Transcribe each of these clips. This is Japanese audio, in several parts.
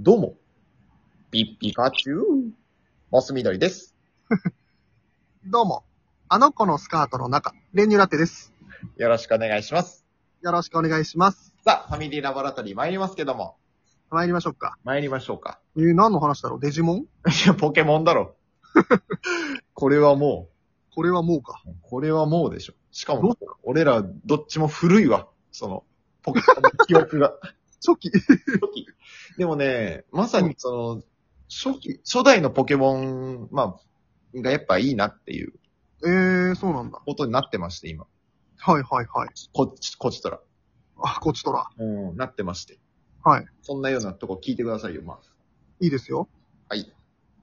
どうも、ピッピカチュウ、モス緑です。 どうも。あの子のスカートの中、練乳ラテです。 よろしくお願いします。 よろしくお願いします。 さあ、ファミリーラボラトリー参りますけども。 参りましょうか。 参りましょうか。 何の話だろう？デジモン？ いや、ポケモンだろ。これはもこれはもうか。 う、これはもうでしょ。しかも、俺らどっちも古いわ。その、ポケモンの記憶が。 初期。 初期。でもね、まさにその、初代のポケモン、がやっぱいいなっていうそうなんだ。 ことになってまして、今。 はいはいはい。 こっちとら。 あ、こっちとら。 なってまして。 はい。 そんなようなとこ聞いてくださいよ、まあ。 いいですよ。 はい。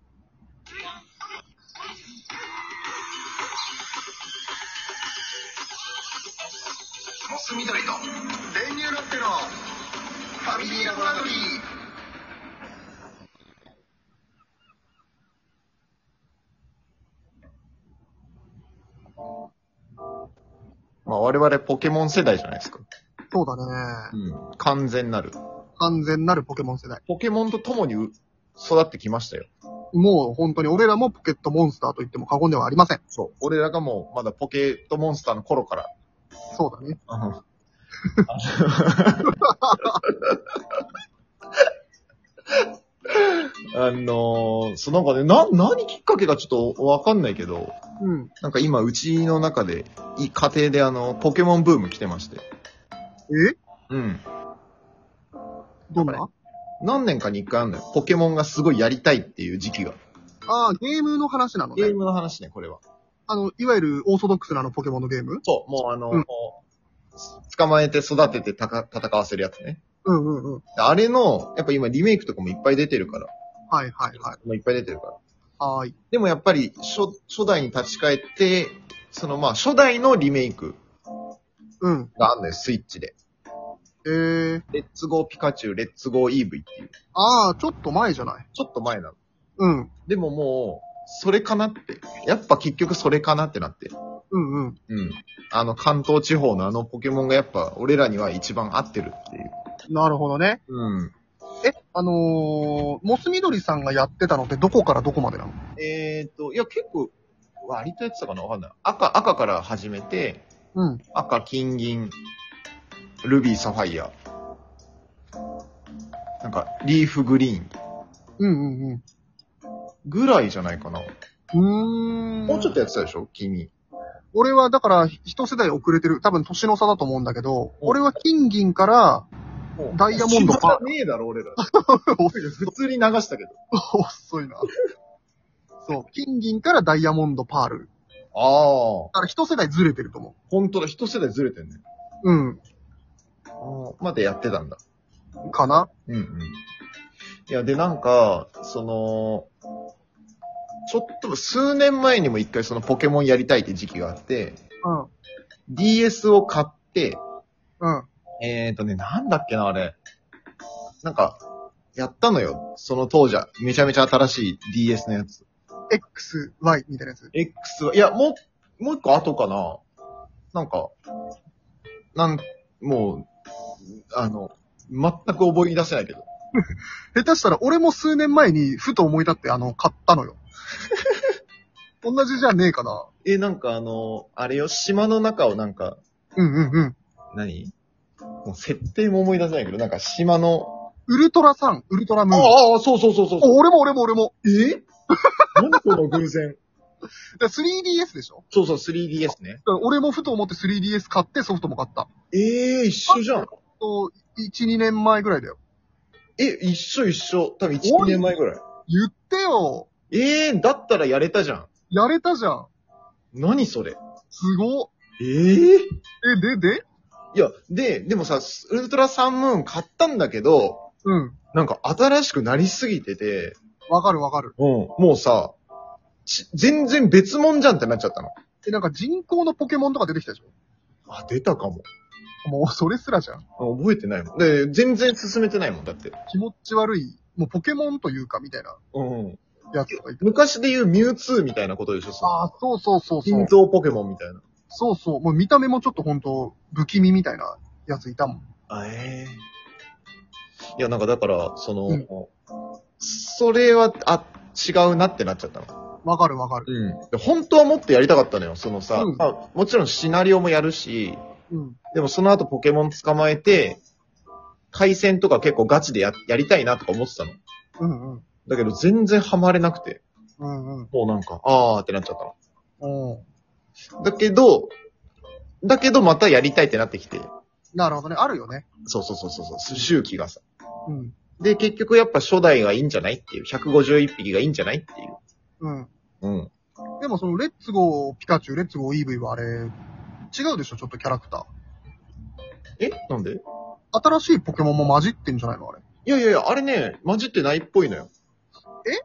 モス緑と練乳ラテのファミリーラボラトリー。 まあ我々ポケモン世代じゃないですか。 そうだね。 完全なる。 完全なるポケモン世代。 ポケモンと共に育ってきましたよ。 もう本当に俺らもポケットモンスターと言っても過言ではありません。 そう。俺らがもうまだポケットモンスターの頃から。 そうだね。 なんかね、何きっかけかちょっとわかんないけど、なんか今うちの中で、家庭でポケモンブーム来てまして。うん。 どんな？ 何年かに一回あるのよ。ポケモンがすごいやりたいっていう時期が。 ああ、ゲームの話なのね。 ゲームの話ね、これは。 いわゆるオーソドックスなポケモンのゲーム？ そう、もう捕まえて育てて戦わせるやつね。あれの、やっぱ今リメイクとかもいっぱい出てるから。 はいはいはい。 もういっぱい出てるから。 はーい。 でもやっぱり初代に立ち返って、初代のリメイクがあるんだよ、スイッチで。レッツゴーピカチュウ、レッツゴーイーブイっていう。 ああ、ちょっと前じゃない。 ちょっと前なの。でももう、それかなって。やっぱ結局それかなってなって。関東地方のポケモンがやっぱ俺らには一番合ってるっていう。 なるほどね。モス緑さんがやってたのってどこからどこまでなの？ いや結構、割とやってたかなわかんない。赤から始めて、赤、金、銀、ルビー、サファイア。なんか、リーフグリーン。ぐらいじゃないかな。もうちょっとやってたでしょ君。 俺はだから一世代遅れてる。多分年の差だと思うんだけど、俺は金銀からダイヤモンドパール。ねえだろ、俺ら。普通に流したけど。 遅いな。そう、金銀からダイヤモンドパール。 ああ。 だから一世代ずれてると思う。 本当だ、一世代ずれてんね。までやってたんだ。 かな？ いや、で、なんか、ちょっと数年前にも一回そのポケモンやりたいって時期があって、DS を買って、なんだっけな、あれ。なんか、やったのよ。その当時は。めちゃめちゃ新しい DS のやつ。 XY みたいなやつ。 X は、いや、もう一個後かな。なんか、もう、全く覚え出せないけど。 下手したら俺も数年前にふと思い立って買ったのよ。同じじゃねえかな。 なんかあれよ、島の中をなんか、何？もう設定も思い出せないけど、なんか島の、 ウルトラサン、ウルトラムーン。 ああ、そう。 俺も。 何この偶然。 3DS でしょ？ そう、3DS ね。 俺もふと思って 3DS 買ってソフトも買った。 一緒じゃん。 1、2年前ぐらいだよ。 一緒。多分1、2年前ぐらい。 言ってよ。 だったらやれたじゃん。 やれたじゃん。 何それ。 すごっ。でいや、でもさ、ウルトラサンムーン買ったんだけど、なんか新しくなりすぎてて、 わかる。 もうさ、全然別物じゃんってなっちゃったの。 なんか人工のポケモンとか出てきたでしょ？出たかも。 もうそれすらじゃん。 覚えてないもん。で、全然進めてないもん、だって。 気持ち悪い。もうポケモンというか、みたいな。やつとか言って。 昔で言うミュウツーみたいなことでしょ？ そう。 金蔵ポケモンみたいな。 そう。もう見た目もちょっと不気味みたいなやついたもん。 いや、なんかだから、その、 うん、 それは、違うなってなっちゃったの。 わかるわかる。 うん。で本当はもっとやりたかったのよ。そのさ、 うんまあ、もちろんシナリオもやるし、 うん。 でもその後ポケモン捕まえて、回戦とか結構ガチでやりたいなとか思ってたの。 うんうん。 だけど全然ハマれなくて、 うんうん。 もうなんか、あーってなっちゃったうん。 の。だけどまたやりたいってなってきて、 なるほどね。あるよね。 そう、周期がさ。 うん。 で、結局やっぱ初代がいいんじゃないっていう、151匹がいいんじゃないっていう。 うん。 うん。 でもその、レッツゴーピカチュウ、レッツゴーイーブイはあれ、違うでしょちょっとキャラクタえなんで？ ー。新しいポケモンも混じってんじゃないのあれ。 いや、あれね、混じってないっぽいのよ。 え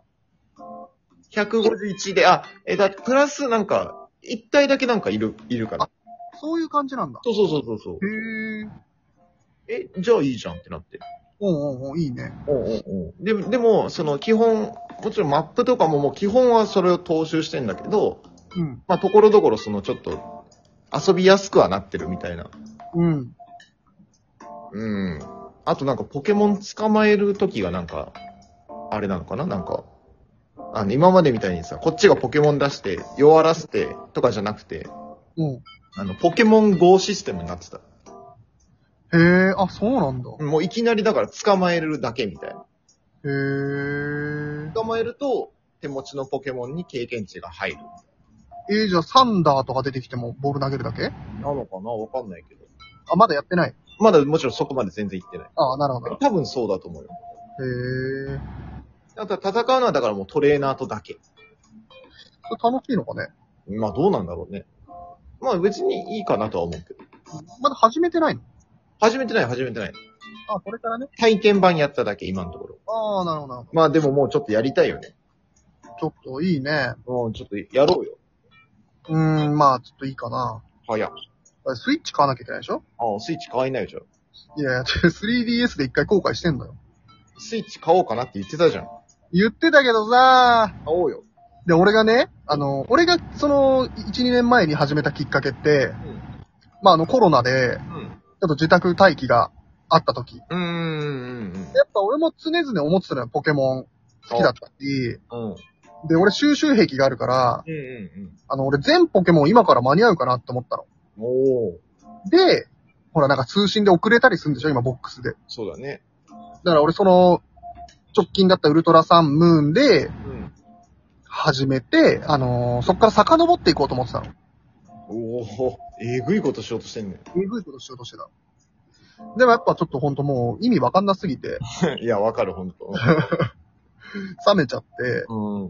?151 で、プラスなんか、一体だけなんかいるから。 そういう感じなんだ。 そう。 へえ。 じゃあいいじゃんってなって。 いいね。 でも、その基本、もちろんマップとかももう基本はそれを踏襲してんだけど、 うん。 まあ、ところどころそのちょっと遊びやすくはなってるみたいな。 うん。 うん。あとなんかポケモン捕まえるときがなんか、あれなのかななんか、今までみたいにさ、こっちがポケモン出して、弱らせてとかじゃなくて、 うん。 ポケモン GO システムになってた。 へえ、あ、そうなんだ。 もういきなりだから捕まえるだけみたいな。 へえ。 捕まえると、手持ちのポケモンに経験値が入る。 じゃあサンダーとか出てきてもボール投げるだけ？ なのかなわかんないけど。 あ、まだやってない。 まだもちろんそこまで全然行ってない。 あ、なるほど。 多分そうだと思うよ。 へえ。 あとは戦うのはだからもうトレーナーとだけ。 それ楽しいのかね？ まあどうなんだろうね。まあ別にいいかなとは思うけど。 まだ始めてないの？ 始めてない。 あ、これからね。 体験版やっただけ、今のところ。 ああ、なるほど、なるほまあでももうちょっとやりたいよね。 ど。ちょっといいね。 もうちょっとやろうよ。 まあ、ちょっといいかな。 早っ。 スイッチ買わなきゃいけないでしょ？ スイッチ買えないじゃん。 いやいや、3DS で一回後悔してんのよ。 スイッチ買おうかなって言ってたじゃん。 言ってたけどさ、 買おうよ。 で、俺がね、俺がその、1、2年前に始めたきっかけって、まあコロナで、ちょっと自宅待機があった時。やっぱ俺も常々思ってたのよ、ポケモン好きだったし。で、俺収集癖があるから、俺全ポケモン今から間に合うかなって思ったの。で、ほらなんか通信で遅れたりするんでしょ今ボックスで。 そうだね。 だから俺その、直近だったウルトラサンムーンで、始めて、そっから遡っていこうと思ってたの。 えぐいことしようとしてんねえぐいことしようとしてた。でもやっぱちょっとほんともう意味わかんなすぎて。 いや、わかる、ほんと。 冷めちゃって。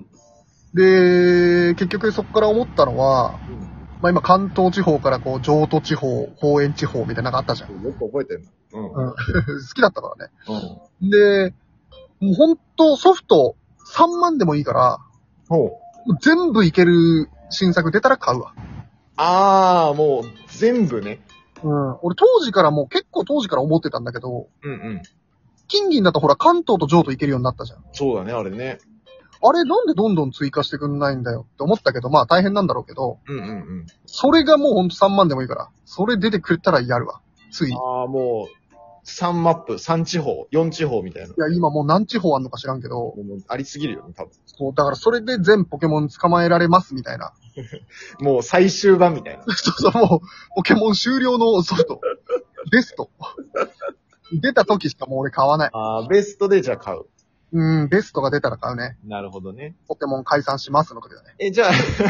で、結局そっから思ったのは、まあ今関東地方からこう上都地方、方園地方みたいなのがあったじゃん。 よく覚えてんの。 好きだったからね。で、もうほんとソフト3万でもいいから、もう全部いける新作出たら買うわ。 もう全部ね。 俺結構当時から思ってたんだけど、金銀だとほら関東と上都いけるようになったじゃん。 そうだね、あれね。 あれなんでどんどん追加してくんないんだよって思ったけど、まあ大変なんだろうけど、それがもうほんと3万でもいいから、それ出てくれたらやるわ。つい。 もう、3マップ、3地方、4地方みたいな。いや、今もう何地方あんのか知らんけど。 もうありすぎるよね、多分。 そう、だからそれで全ポケモン捕まえられますみたいな。 もう最終版みたいな。 そう、もう、ポケモン終了のソフト。ベスト。出た時しかもう俺買わない。 ベストでじゃあ買う。 ベストが出たら買うね。 なるほどね。 ポケモン解散しますの時だね。 じゃあ、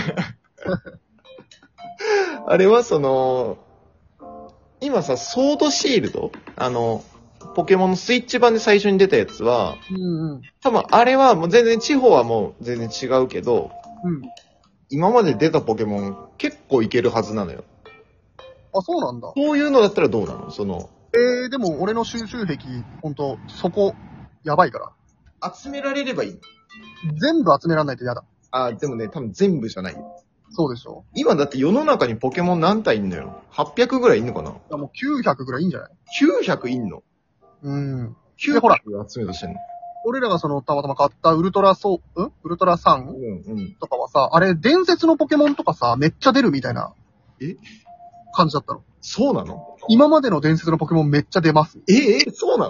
あれはその、今さ、ソードシールドポケモンのスイッチ版で最初に出たやつは、多分あれはもう全然地方はもう全然違うけど、今まで出たポケモン結構いけるはずなのよ。 あ、そうなんだ。 そういうのだったらどうなのその。 でも俺の収集癖、ほんと、そこ、やばいから。 集められればいい。 全部集めらんないと嫌だ。 でもね、多分全部じゃないよ。 そうでしょ。 今だって世の中にポケモン何体いんのよ ?800 ぐらいいんのかな？ もう900ぐらいいいんじゃない？ 900 いんので、ほら、 集めとしてんの。 俺らがたまたま買ったウルトラサンとかはさ、あれ、伝説のポケモンとかさ、めっちゃ出るみたいな。感じだったの。 そうなの？ 今までの伝説のポケモンめっちゃ出ます。 そうなの？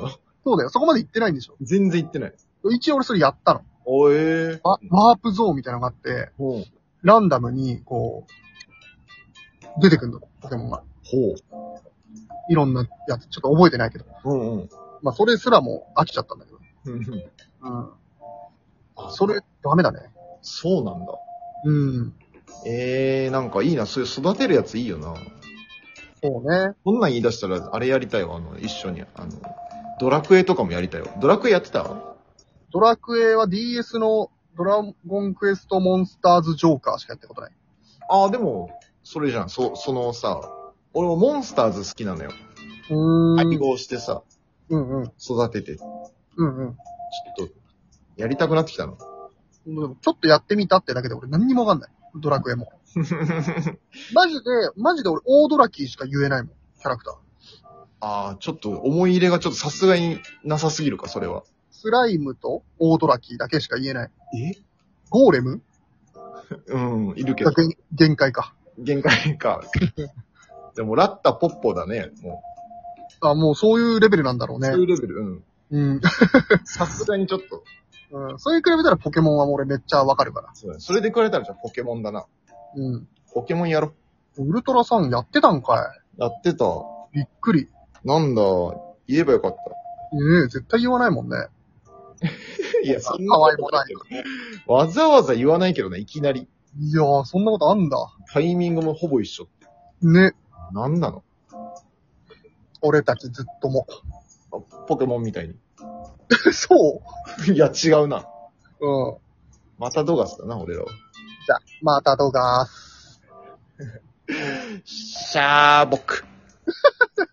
そうだよ。そこまで行ってないんでしょ。 全然行ってない。 一応俺それやったの。 おえー。 ワープゾーンみたいなのがあって、ランダムに、こう、出てくんの、ポケモンが。 ほう。 いろんなやつ、ちょっと覚えてないけど。 うんうん。 まあ、それすらも飽きちゃったんだけど。 うんうん。 うん。それ、ダメだね。 そうなんだ。 うん。 なんかいいな。そういう育てるやついいよな。 そうね。 こんなん言い出したら、あれやりたいわ。一緒に、ドラクエとかもやりたいわ。ドラクエやってた？ ドラクエは DS のドラゴンクエストモンスターズジョーカーしかやったことない。 ああ、でも、それじゃん。そのさ、俺もモンスターズ好きなのよ。配合してさ、 うんうん。 育てて。 うんうん。 ちょっと、やりたくなってきたの。 ちょっとやってみたってだけで俺何にもわかんない。ドラクエも。マジで俺オードラキーしか言えないもん。キャラクター。 ああ、ちょっと思い入れがちょっとさすがになさすぎるか、それは。 スライムとオードラキーだけしか言えない。 えゴーレムうん、いるけど。 限界か。 限界か。でも、ラッタポッポだね、もう。あ、もうそういうレベルなんだろうね。 そういうレベル、うん。 うん。 さすがにちょっと。 うん。それに比べたらポケモンは俺めっちゃわかるから。 そうだね。それで比べたらじゃあポケモンだな。 うん。 ポケモンやろ。 ウルトラさんやってたんかやってた。 い。びっくり。 なんだ、言えばよかった。 絶対言わないもんね。 いや、そんなことないけど。わざわざ言わないけどね、いきなり。 いやー、そんなことあんだ。 タイミングもほぼ一緒って。 ね。 なんなの？ 俺たちずっとも。 ポケモンみたいに。 そいや、違うな。 うん。 またドガスだな、俺らは。 じゃあ、また動画。 シャーボック。